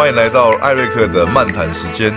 欢迎来到艾瑞克的漫谈时间。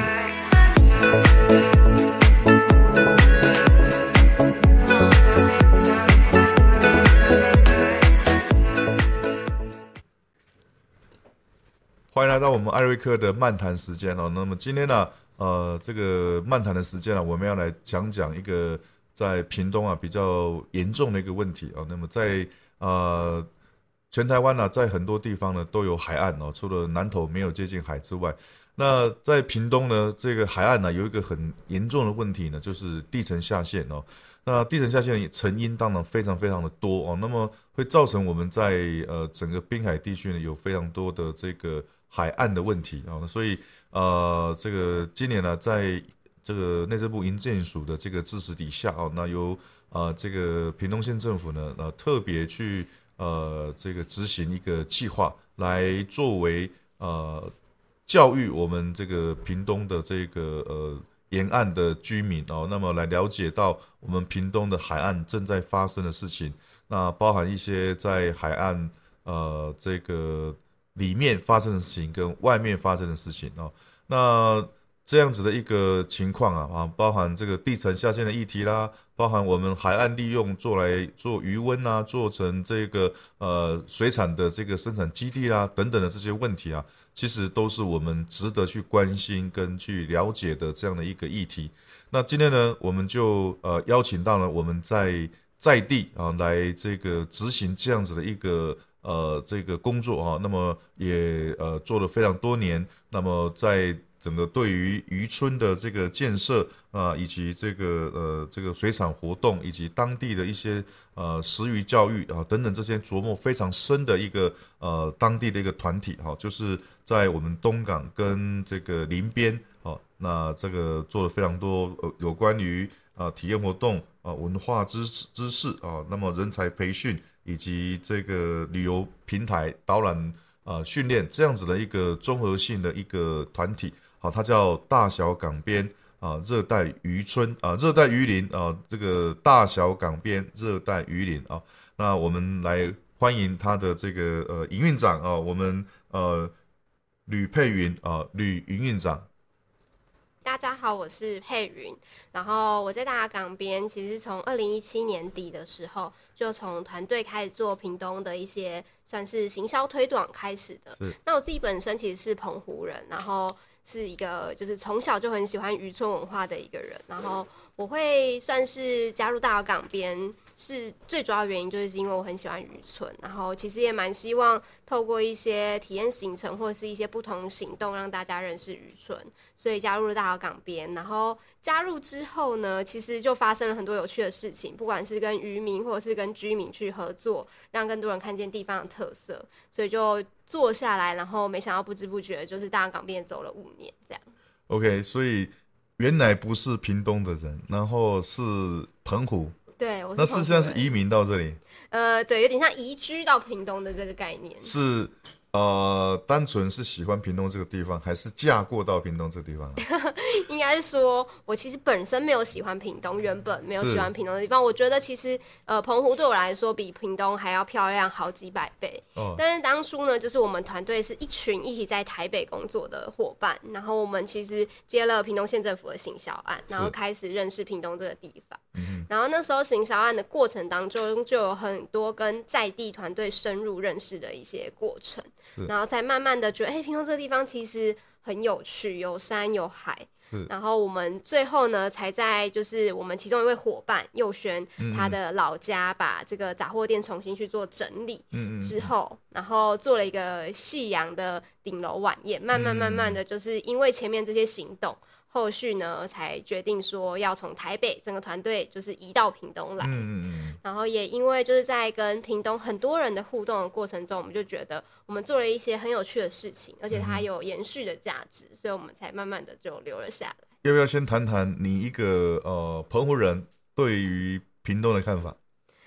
欢迎来到我们艾瑞克的漫谈时间哦。那么今天呢，这个漫谈的时间呢，我们要来讲一个在屏东比较严重的一个问题啊。那么在全台湾在很多地方呢都有海岸哦，除了南投没有接近海之外，那在屏东呢，这个海岸呢有一个很严重的问题呢，就是地层下陷哦。那地层下陷的成因当然非常非常的多哦，那么会造成我们在整个滨海地区呢有非常多的这个海岸的问题啊。所以这个今年呢，在这个内政部营建署的这个支持底下哦，那由这个屏东县政府呢特别去这个执行一个计划，来作为教育我们这个屏东的这个沿岸的居民哦，那么来了解到我们屏东的海岸正在发生的事情，那包含一些在海岸这个里面发生的事情跟外面发生的事情哦，那这样子的一个情况包含这个地层下陷的议题啦，包含我们海岸利用做渔温做成这个水产的这个生产基地啦等等的这些问题其实都是我们值得去关心跟去了解的这样的一个议题。那今天呢，我们就邀请到了我们在地来这个执行这样子的一个这个工作那么也做了非常多年，那么在整个对于渔村的这个建设以及这个水产活动，以及当地的一些食渔教育等等这些琢磨非常深的一个当地的一个团体就是在我们东港跟这个林边那这个做了非常多有关于体验活动文化知识那么人才培训以及这个旅游平台导览训练这样子的一个综合性的一个团体。它叫大小港边热带渔村热带渔林这个大小港边热带渔林那我们来欢迎他的这个营运长我们吕佩云吕营运长。 大家好，我是佩云，然后我在大港边，其实从2017年底的时候，就从团队开始做屏东的一些算是行销推广开始的。那我自己本身其实是澎湖人，然后是一个就是从小就很喜欢渔村文化的一个人，然后我会算是加入大港边是最主要原因，就是因为我很喜欢渔村，然后其实也蛮希望透过一些体验行程或者是一些不同行动让大家认识渔村，所以加入了大港边。然后加入之后呢，其实就发生了很多有趣的事情，不管是跟渔民或者是跟居民去合作，让更多人看见地方的特色，所以就做下来，然后没想到不知不觉就是大港边走了5年这样。 OK， 所以原来不是屏东的人，然后是澎湖。 对，我是澎湖人。 那事实上是移民到这里。 对，有点像移居到屏东的这个概念。 是单纯是喜欢屏东这个地方，还是嫁过到屏东这个地方应该是说我其实本身没有喜欢屏东，原本没有喜欢屏东的地方。我觉得其实澎湖对我来说比屏东还要漂亮好几百倍。但是当初呢，就是我们团队是一群一起在台北工作的伙伴，然后我们其实接了屏东县政府的行销案，然后开始认识屏东这个地方。然后那时候行销案的过程当中，就有很多跟在地团队深入认识的一些过程，然后才慢慢的觉得屏东这个地方其实很有趣，有山有海。然后我们最后呢才在就是我们其中一位伙伴佑轩他的老家把这个杂货店重新去做整理之后，然后做了一个夕阳的顶楼晚宴，慢慢的就是因为前面这些行动，后续呢才决定说要从台北整个团队就是移到屏东来。然后也因为就是在跟屏东很多人的互动的过程中，我们就觉得我们做了一些很有趣的事情，而且它有延续的价值，所以我们才慢慢的就留了下来。 要不要先谈谈你一个澎湖人对于屏东的看法？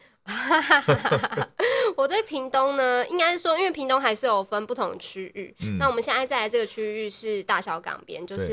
我对屏东呢，应该是说因为屏东还是有分不同的区域，那我们现在在这个区域是大小港边，就是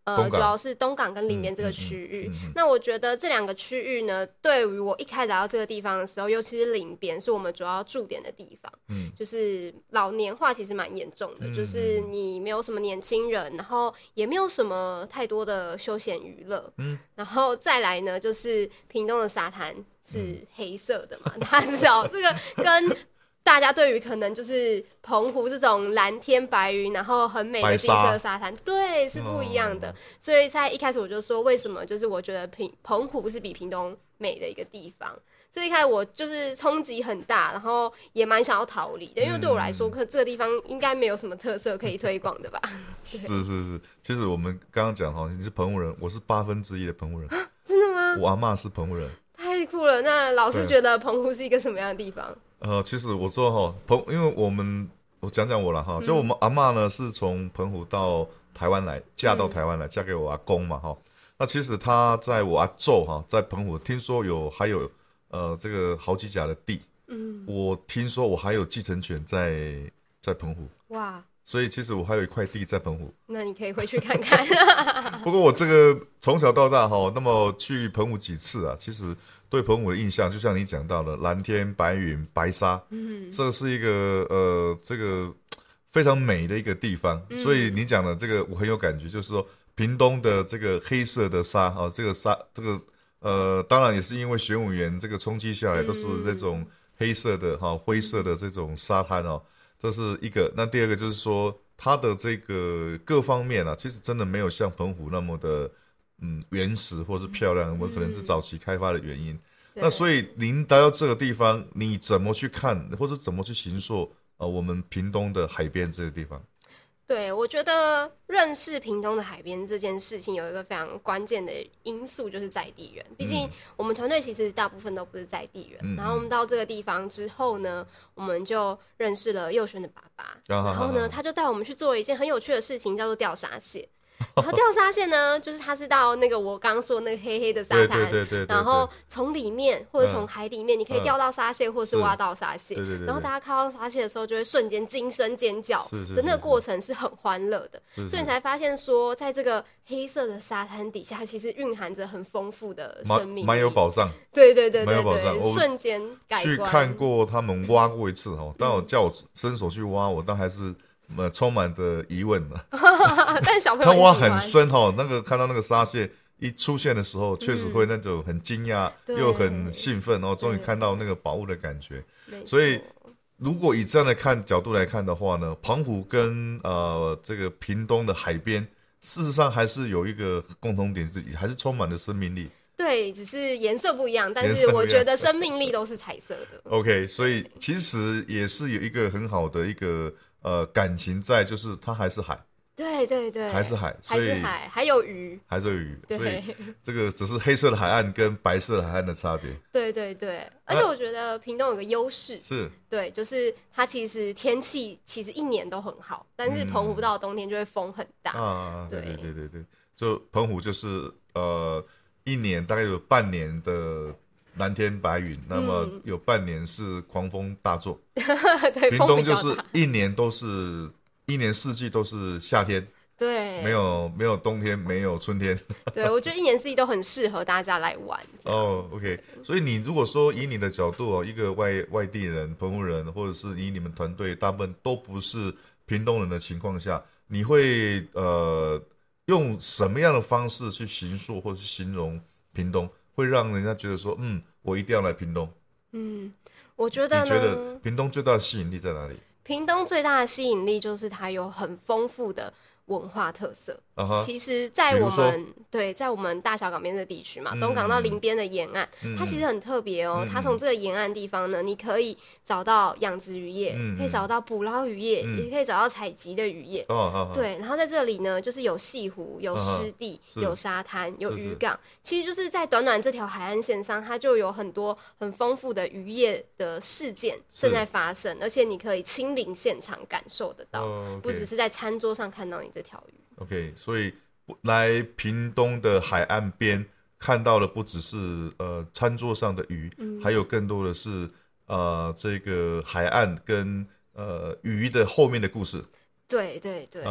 主要是东港跟林边这个区域。那我觉得这2个区域呢，对于我一开始来到这个地方的时候，尤其是林边是我们主要驻点的地方，就是老年化其实蛮严重的，就是你没有什么年轻人，然后也没有什么太多的休闲娱乐，然后再来呢，就是屏东的沙滩是黑色的嘛，大家知道这个跟大家对于可能就是澎湖这种蓝天白云，然后很美的金色沙滩，对，是不一样的。所以在一开始我就说，为什么就是我觉得澎湖是比屏东美的一个地方。所以一开始我就是冲击很大，然后也蛮想要逃离的，因为对我来说，这个地方应该没有什么特色可以推广的吧？ 是，其实我们刚刚讲你是澎湖人，我是1/8的澎湖人。 真的吗？ 我阿嬷是澎湖人。 太酷了！那老师觉得澎湖是一个什么样的地方？ 其实我说因为我讲我了就我们阿嬷呢是从澎湖到台湾来，嫁到台湾来，嫁给我阿公嘛那其实她在我阿祖在澎湖，听说还有这个好几甲的地，我听说我还有继承权在澎湖。哇！所以其实我还有一块地在澎湖。 那你可以回去看看。 不过我这个从小到大那么去澎湖几次啊，其实对澎湖的印象就像你讲到的蓝天白云白沙，这是一个这个非常美的一个地方。所以你讲的这个我很有感觉，就是说屏东的这个黑色的沙这个沙这个当然也是因为玄武岩这个冲击下来都是那种黑色的灰色的这种沙滩这是一个。那第二个就是说它的这个各方面其实真的没有像澎湖那么的原始或是漂亮，可能是早期开发的原因。那所以您来到这个地方，你怎么去看或者怎么去形塑我们屏东的海边这个地方？ 对，我觉得认识屏东的海边这件事情有一个非常关键的因素，就是在地人。毕竟我们团队其实大部分都不是在地人，然后我们到这个地方之后呢，我们就认识了佑轩的爸爸，然后呢，他就带我们去做了一件很有趣的事情，叫做钓沙蟹。然后钓沙蟹呢，就是它是到那个我刚刚说的那个黑黑的沙滩， 对， 然后从里面或者从海里面，你可以钓到沙蟹，或是挖到沙蟹，然后大家看到沙蟹的时候，就会瞬间惊声尖叫的那个过程是很欢乐的，所以你才发现说，在这个黑色的沙滩底下，其实蕴含着很丰富的生命力， 蛮有保障。 对， 蛮有保障， 瞬间改观。 去看过他们挖过一次但我叫我伸手去挖，我倒还是充满的疑问了。 但小朋友他挖很深那个看到那个沙蟹一出现的时候，确实会那种很惊讶又很兴奋，终于看到那个宝物的感觉。所以如果以这样的角度来看的话呢，澎湖跟这个屏东的海边，事实上还是有一个共同点，还是充满了生命力。 对，只是颜色不一样，但是我觉得生命力都是彩色的。 OK， 所以其实也是有一个很好的一个感情在，就是它还是海。对，还是海， 还是海，还有鱼， 所以这个只是黑色的海岸跟白色的海岸的差别。 对，而且我觉得屏东有个优势是， 对，就是它其实天气其实一年都很好，但是澎湖到冬天就会风很大对，就澎湖就是一年大概有半年的蓝天白云，那么有半年是狂风大作。 对， 屏东就是一年四季都是夏天， 对， 没有冬天，没有春天。 对，我觉得一年四季都很适合大家来玩。 OK， 所以你如果说以你的角度一个外地人、澎湖人，或者是以你们团队大部分都不是屏东人的情况下，你会用什么样的方式去形塑或者是形容屏东，会让人家觉得说，我一定要来屏东？ 我觉得呢， 你觉得屏东最大的吸引力在哪里？ 屏东最大的吸引力就是它有很丰富的文化特色。其实在我们大小港边的地区嘛，东港到林边的沿岸，它其实很特别它从这个沿岸地方呢，你可以找到养殖渔业，可以找到捕捞渔业，也可以找到采集的渔业。对，然后在这里呢，就是有西湖，有湿地，有沙滩，有渔港。其实就是在短短这条海岸线上，它就有很多很丰富的渔业的事件正在发生，而且你可以亲临现场感受得到，不只是在餐桌上看到你这条鱼。 OK， 所以来屏东的海岸边看到的不只是餐桌上的鱼，还有更多的是这个海岸跟鱼的后面的故事。 对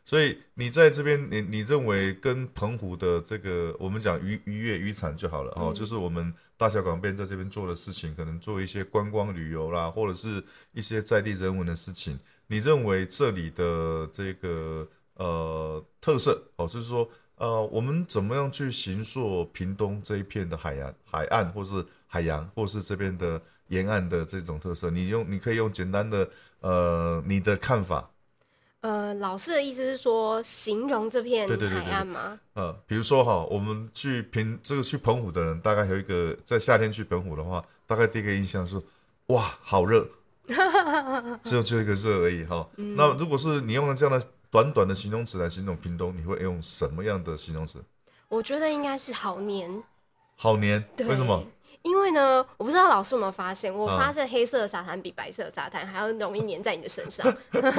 所以你在这边，你认为跟澎湖的这个我们讲渔业渔产就好了哦，就是我们大小港边在这边做的事情，可能做一些观光旅游啦，或者是一些在地人文的事情。你认为这里的这个特色哦，就是说我们怎么样去形塑屏东这一片的海岸，或是海洋，或是这边的沿岸的这种特色？你可以用简单的你的看法。 老师的意思是说形容这片海岸吗？ 比如说哈，我们去澎湖的人，大概有一个在夏天去澎湖的话，大概第一个印象是哇，好热。只有一个热而已哈。那如果是你用这样的短短的形容词来形容屏东，你会用什么样的形容词？ 我觉得应该是好黏。 好黏？为什么？ 因为呢，我不知道老师有没有发现，我发现黑色的沙滩比白色的沙滩还要容易黏在你的身上。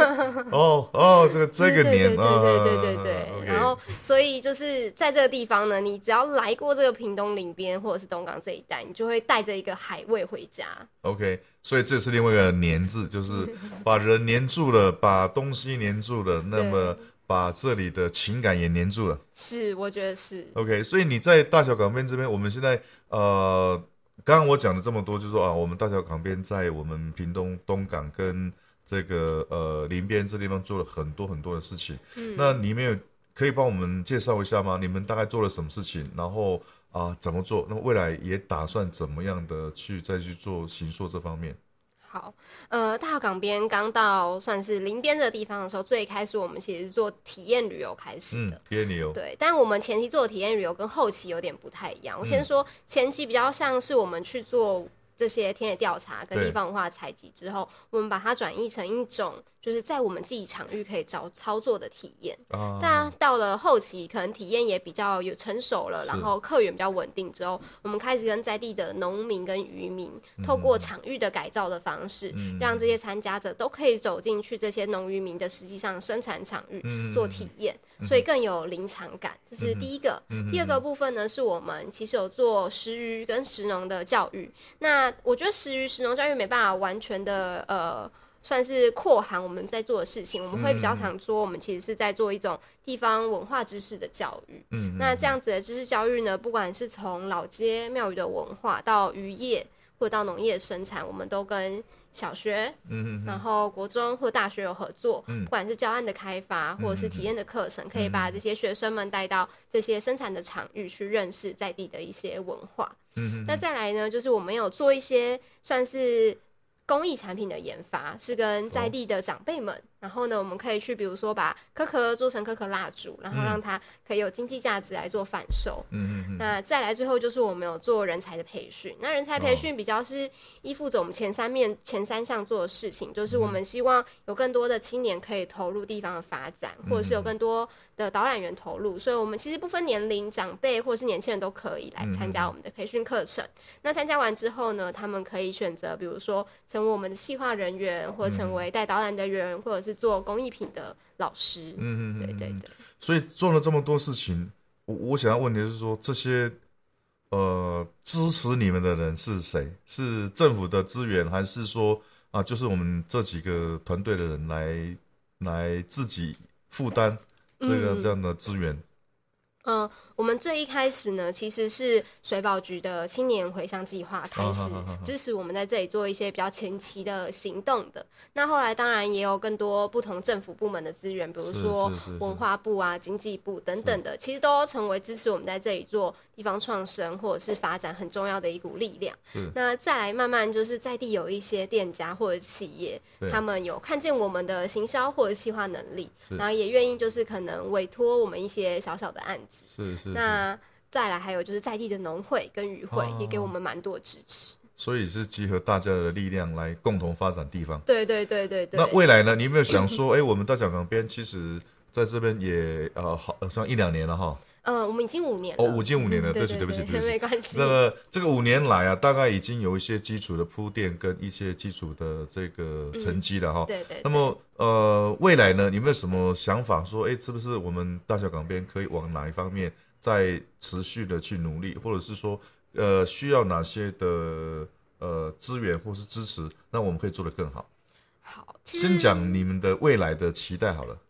这个黏， 对。然后，所以就是在这个地方呢，你只要来过这个屏东林边或者是东港这一带，你就会带着一个海味回家。 OK， 所以这是另外一个黏字，就是把人黏住了，把东西黏住了，那么把这里的情感也黏住了。 是，我觉得是。 OK， 所以你在大小港边这边，我们现在刚刚我讲了这么多，就是说我们大小港边在我们屏东东港跟这个林边这地方做了很多很多的事情。那你们可以帮我们介绍一下吗？你们大概做了什么事情？然后怎么做？那么未来也打算怎么样的再去做形塑这方面？ 好，大小港边刚到算是林边的地方的时候，最开始我们其实做体验旅游开始的。 体验旅游。对， 但我们前期做的体验旅游跟后期有点不太一样。我先说前期比较像是我们去做这些田野调查跟地方文化采集之后，我们把它转译成一种就是在我们自己场域可以操作的体验。但到了后期，可能体验也比较有成熟了，然后客源比较稳定之后，我们开始跟在地的农民跟渔民，透过场域的改造的方式，让这些参加者都可以走进去这些农渔民的实际上生产场域做体验，所以更有临场感。这是第一个。第二个部分呢，是我们其实有做食渔跟食农的教育。那我觉得食渔食农教育没办法完全的算是扩含我们在做的事情，我们会比较常说我们其实是在做一种地方文化知识的教育。那这样子的知识教育呢，不管是从老街庙宇的文化到渔业或者到农业生产，我们都跟小学然后国中或大学有合作，不管是教案的开发或者是体验的课程，可以把这些学生们带到这些生产的场域去认识在地的一些文化。那再来呢，就是我们有做一些算是工艺产品的研发，是跟在地的长辈们，然后呢，我们可以去比如说把可可做成可可蜡烛，然后让它可以有经济价值来做贩售。那再来最后就是我们有做人才的培训。那人才培训比较是依附着我们前三项做的事情，就是我们希望有更多的青年可以投入地方的发展，或者是有更多的导览员投入，所以我们其实不分年龄，长辈或是年轻人都可以来参加我们的培训课程。那参加完之后呢，他们可以选择比如说成为我们的企划人员，或者成为带导览的人，或者是做工艺品的老师。对。 所以做了这么多事情，我想要问的是说，这些支持你们的人是谁？是政府的资源，还是说就是我们这几个团队的人来自己负担这样的资源？ 我们最一开始呢，其实是水保局的青年回乡计划开始支持我们在这里做一些比较前期的行动的。那后来当然也有更多不同政府部门的资源，比如说文化部啊、经济部等等的，其实都成为支持我们在这里做地方创生或者是发展很重要的一股力量。那再来慢慢就是在地有一些店家或者企业，他们有看见我们的行销或者企划能力，然后也愿意就是可能委托我们一些小小的案子。那再来还有就是在地的农会跟渔会也给我们蛮多支持， 所以是集合大家的力量来共同发展地方。 对。 那未来呢？你有没有想说，我们大小港边其实在这边也好像1-2年了哈。 我们已经5年了。 已经5年了，对不起， 没关系。 那么这个5年来大概已经有一些基础的铺垫跟一些基础的这个成绩了哈。 对。 那么未来呢，你有没有什么想法说，是不是我们大小港边可以往哪一方面再持续的去努力，或者是说需要哪些的资源或是支持，那我们可以做得更好？ 好， 先讲你们的未来的期待好了。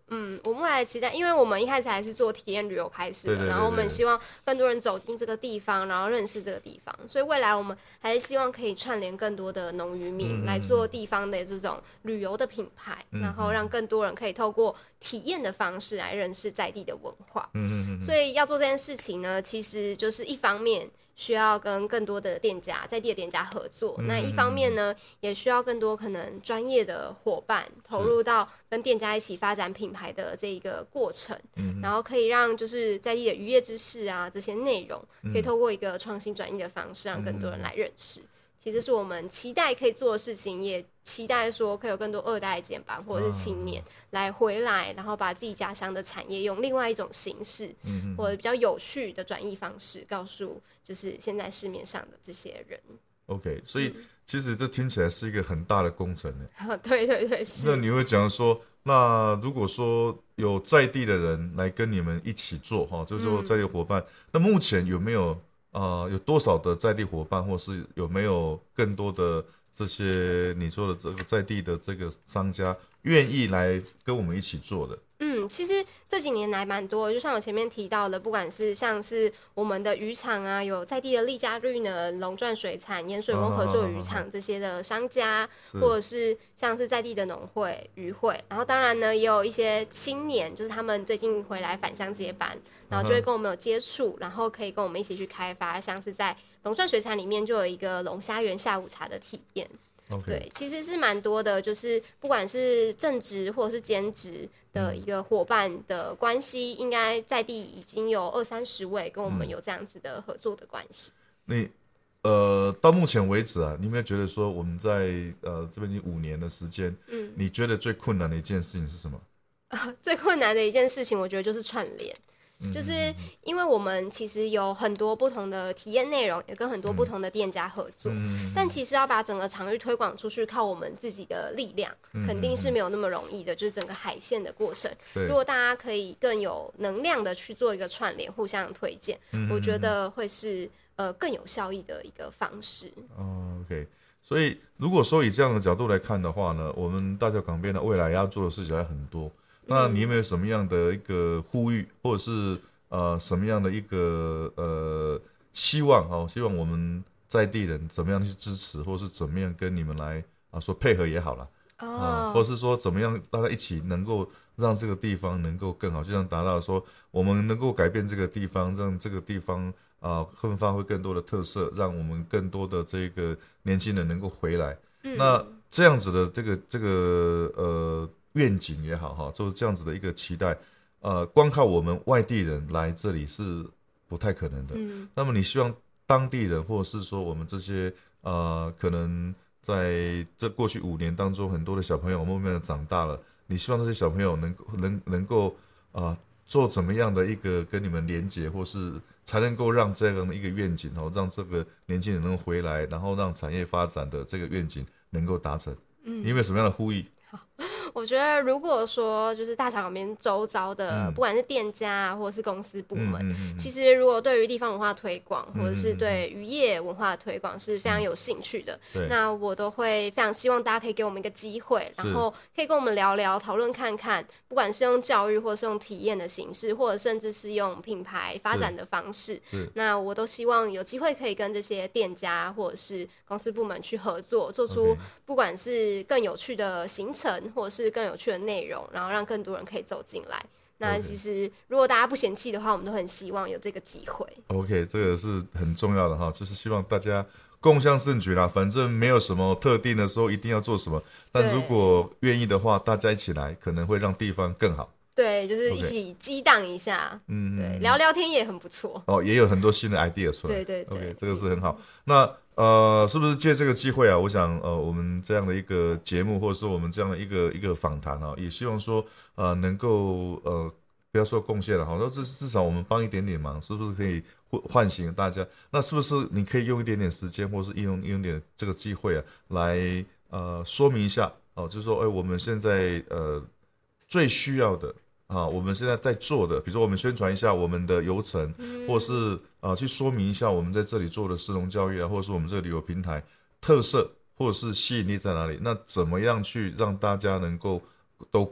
我们未来期待，因为我们一开始还是做体验旅游开始的， 对， 然后我们希望更多人走进这个地方，然后认识这个地方，所以未来我们还是希望可以串联更多的农渔民来做地方的这种旅游的品牌，然后让更多人可以透过体验的方式来认识在地的文化。所以要做这件事情呢，其实就是一方面需要跟更多的店家在地的店家合作，那一方面呢也需要更多可能专业的伙伴投入到跟店家一起发展品牌的这一个过程，然后可以让就是在地的渔业知识啊这些内容可以透过一个创新转移的方式让更多人来认识。其实是我们期待可以做的事情，也期待说可以有更多2代减班或者是青年来回来，然后把自己家乡的产业用另外一种形式，或者比较有趣的转译方式告诉就是现在市面上的这些人。 OK， 所以其实这听起来是一个很大的工程呢。 对对对，是。 那你会讲说，那如果说有在地的人来跟你们一起做就是说在地伙伴，那目前有没有有多少的在地伙伴，或是有没有更多的这些你说的这个在地的这个商家愿意来跟我们一起做的？ 其实这几年来蛮多的，就像我前面提到的，不管是像是我们的渔场啊，有在地的利嘉绿能、龙钻水产、盐水温合作渔场这些的商家，或者是像是在地的农会、渔会，然后当然呢也有一些青年，就是他们最近回来返乡接班，然后就会跟我们有接触，然后可以跟我们一起去开发，像是在龙钻水产里面就有一个龙虾园下午茶的体验。对，其实是蛮多的，就是不管是正职或者是兼职的一个伙伴的关系，应该在地已经有20-30位跟我们有这样子的合作的关系。 你到目前为止啊，你有没有觉得说我们在这边已经5年的时间，你觉得最困难的一件事情是什么？ 最困难的一件事情，我觉得就是串联。就是因为我们其实有很多不同的体验内容，也跟很多不同的店家合作，但其实要把整个场域推广出去，靠我们自己的力量，肯定是没有那么容易的。就是整个海线的过程，如果大家可以更有能量的去做一个串联，互相推荐，我觉得会是更有效益的一个方式。 OK， 所以如果说以这样的角度来看的话呢，我们大桥港边的未来要做的事情还很多。那你有没有什么样的一个呼吁，或者是什么样的一个希望希望我们在地人怎么样去支持，或是怎么样跟你们来说配合也好啦，或是说怎么样大家一起能够让这个地方能够更好，就像达到说我们能够改变这个地方，让这个地方更发挥更多的特色，让我们更多的这个年轻人能够回来。那这样子的这个愿景也好就是这样子的一个期待，光靠我们外地人来这里是不太可能的。那么你希望当地人，或者是说我们这些可能在这过去5年当中，很多的小朋友慢慢的长大了，你希望这些小朋友能够做怎么样的一个跟你们连结，或是才能够让这样的一个愿景让这个年轻人能够回来，然后让产业发展的这个愿景能够达成？你有没有什么样的呼吁？ 我觉得如果说就是大桥港边周遭的不管是店家或者是公司部门，其实如果对于地方文化推广或者是对渔业文化的推广是非常有兴趣的，那我都会非常希望大家可以给我们一个机会，然后可以跟我们聊聊讨论看看，不管是用教育或者是用体验的形式，或者甚至是用品牌发展的方式，那我都希望有机会可以跟这些店家或者是公司部门去合作，做出不管是更有趣的行程或者是更有趣的内容，然后让更多人可以走进来。那其实如果大家不嫌弃的话，我们都很希望有这个机会。OK， 这个是很重要的就是希望大家共襄盛举啦。反正没有什么特定的说一定要做什么，但如果愿意的话，大家一起来可能会让地方更好。对，就是一起激荡一下，对，聊聊天也很不错。也有很多新的 idea 出来。对 OK， 这个是很好。那是不是借这个机会我想我们这样的一个节目，或者说我们这样的一个访谈也希望说能够不要说贡献了那至少我们帮一点点忙，是不是可以唤醒大家？那是不是你可以用一点点时间，或是用点这个机会来说明一下就是说我们现在最需要的我们现在在做的，比如说我们宣传一下我们的游程，或是去说明一下我们在这里做的食农教育或者是我们这个旅游平台特色或者是吸引力在哪里，那怎么样去让大家能够都过来？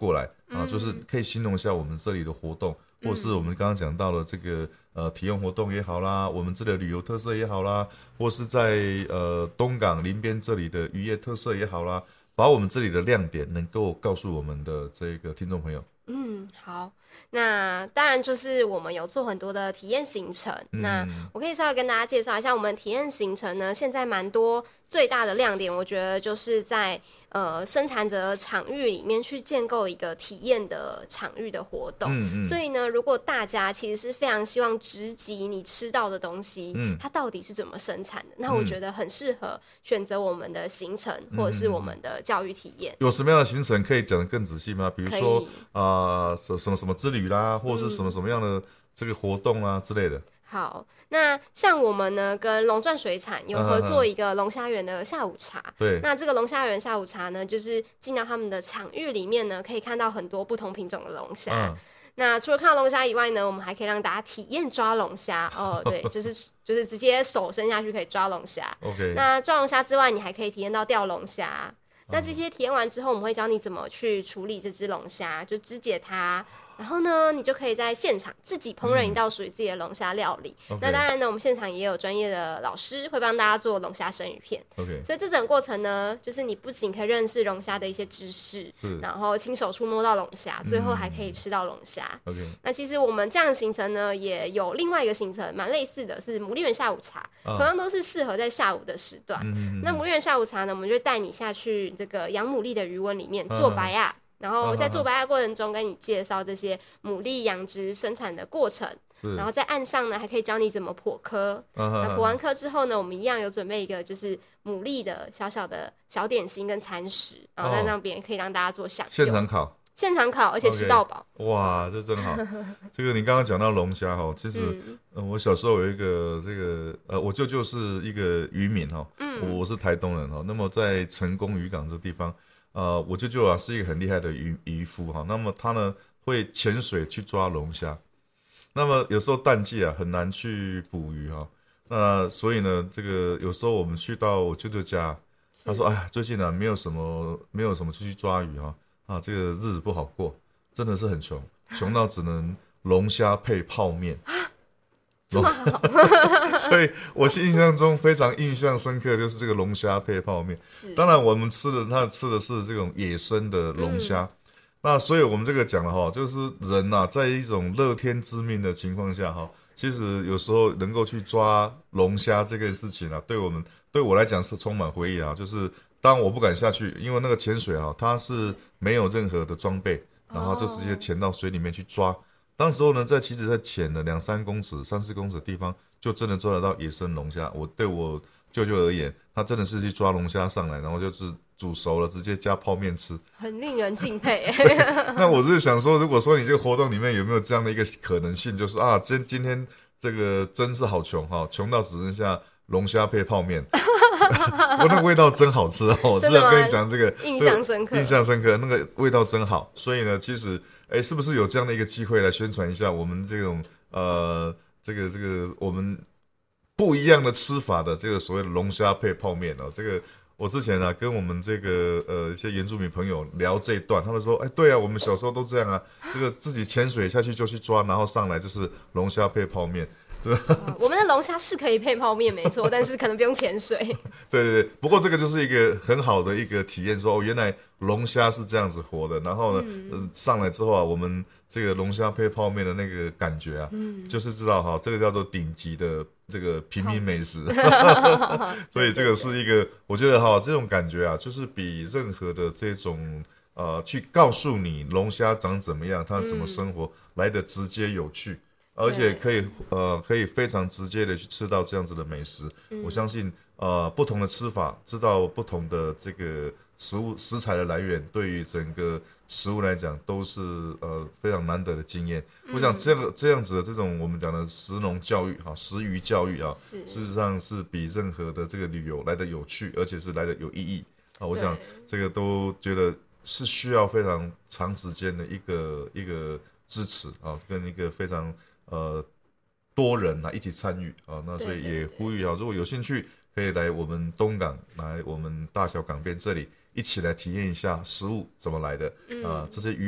就是可以形容一下我们这里的活动，或是我们刚刚讲到的这个体验活动也好啦，我们这里的旅游特色也好啦，或是在东港林边这里的渔业特色也好啦，把我们这里的亮点能够告诉我们的这个听众朋友。 好，那当然就是我们有做很多的体验行程，那我可以稍微跟大家介绍一下我们体验行程呢，现在蛮多最大的亮点，我觉得就是在生产者场域里面去建构一个体验的场域的活动。所以呢，如果大家其实是非常希望直击你吃到的东西，它到底是怎么生产的，那我觉得很适合选择我们的行程或者是我们的教育体验。 有什么样的行程可以讲得更仔细吗？比如说什么之旅啦，或者是什么样的这个活动啊之类的。 好，那像我们呢跟龙钻水产有合作一个龙虾园的下午茶。 对， 那这个龙虾园下午茶呢，就是进到他们的场域里面呢，可以看到很多不同品种的龙虾。那除了看到龙虾以外呢，我们还可以让大家体验抓龙虾哦。对，就是直接手伸下去可以抓龙虾。 OK。 那抓龙虾之外，你还可以体验到钓龙虾。那这些体验完之后，我们会教你怎么去处理这只龙虾，就肢解它。然后呢，你就可以在现场自己烹饪一道属于自己的龙虾料理。那当然呢，我们现场也有专业的老师会帮大家做龙虾生鱼片。所以这整个过程呢，就是你不仅可以认识龙虾的一些知识，然后亲手触摸到龙虾，最后还可以吃到龙虾。那其实我们这样的行程呢，也有另外一个行程蛮类似的，是牡蛎园下午茶，同样都是适合在下午的时段。那牡蛎园下午茶呢，我们就带你下去这个养牡蛎的渔温里面做白亚。然后在做白亚过程中跟你介绍这些牡蛎养殖生产的过程，然后在岸上呢还可以教你怎么剖壳。那剖完壳之后呢，我们一样有准备一个就是牡蛎的小小的小点心跟餐食，然后在那边可以让大家做享用。现场烤，而且吃到饱。 哇，这真好。这个你刚刚讲到龙虾哈，其实我小时候有一个这个我舅舅是一个渔民哈，我是台东人哈，那么在成功渔港这地方。我舅舅是一个很厉害的渔夫哈，那么他呢会潜水去抓龙虾，那么有时候淡季很难去捕鱼哈，那所以呢这个有时候我们去到我舅舅家，他说哎最近没有什么出去抓鱼这个日子不好过，真的是很穷到只能龙虾配泡面。 这么好所以我印象中非常印象深刻就是这个龙虾配泡面。当然我们他吃的是这种野生的龙虾。那所以我们这个讲了就是人在一种乐天知命的情况下其实有时候能够去抓龙虾这个事情对我来讲是充满回忆就是当我不敢下去，因为那个潜水它是没有任何的装备，然后就直接潜到水里面去抓。当时候呢，其实在浅了2-3公尺、3-4公尺的地方，就真的抓得到野生龙虾。对我舅舅而言，他真的是去抓龙虾上来，然后就是煮熟了，直接加泡面吃， 很令人敬佩。 那我是想说，如果说你这个活动里面有没有这样的一个可能性，就是今天这个真是好穷穷到只剩下龙虾配泡面，那个味道真好吃我只想跟你讲这个印象深刻，那个味道真好。所以呢，其实。是不是有这样的一个机会来宣传一下我们这种这个我们不一样的吃法的这个所谓的龙虾配泡面这个我之前跟我们这个一些原住民朋友聊这一段，他们说对我们小时候都这样这个自己潜水下去就去抓，然后上来就是龙虾配泡面。 我们的龙虾是可以配泡面没错，但是可能不用潜水。 对，不过这个就是一个很好的一个体验，说原来龙虾是这样子活的，然后呢上来之后我们这个龙虾配泡面的那个感觉就是知道这个叫做顶级的这个平民美食。所以这个是一个我觉得这种感觉就是比任何的这种去告诉你龙虾长怎么样，它怎么生活来的直接有趣，而且可以非常直接的去吃到这样子的美食。我相信不同的吃法，知道不同的这个食材的来源，对于整个食物来讲都是非常难得的经验。我想这样子的这种我们讲的食农教育食鱼教育事实上是比任何的这个旅游来的有趣，而且是来的有意义我想这个都觉得是需要非常长时间的一个支持跟一个非常多人一起参与那所以也呼吁如果有兴趣可以来我们东港，来我们大小港边这里一起来体验一下食物怎么来的这些鱼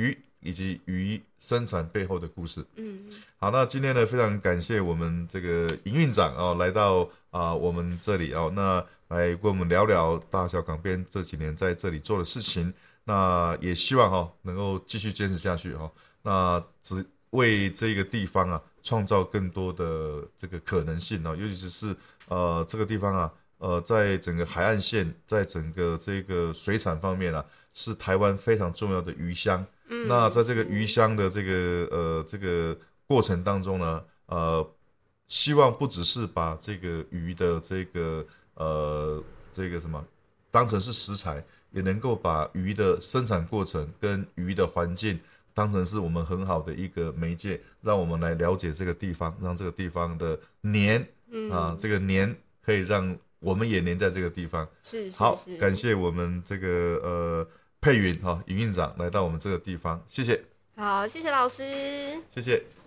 以及鱼生产背后的故事。好，那今天呢，非常感谢我们这个营运长来到我们这里那来跟我们聊聊大小港边这几年在这里做的事情。那也希望能够继续坚持下去那只为这个地方创造更多的这个可能性尤其是这个地方在整个海岸线，在整个这个水产方面是台湾非常重要的鱼乡。那在这个鱼乡的这个过程当中呢，希望不只是把这个鱼的这个什么当成是食材，也能够把鱼的生产过程跟鱼的环境当成是我们很好的一个媒介，让我们来了解这个地方，让这个地方的黏这个黏可以让我们也黏在这个地方。 是好，感谢我们这个佩云营运长来到我们这个地方，谢谢。 好，谢谢老师， 谢谢。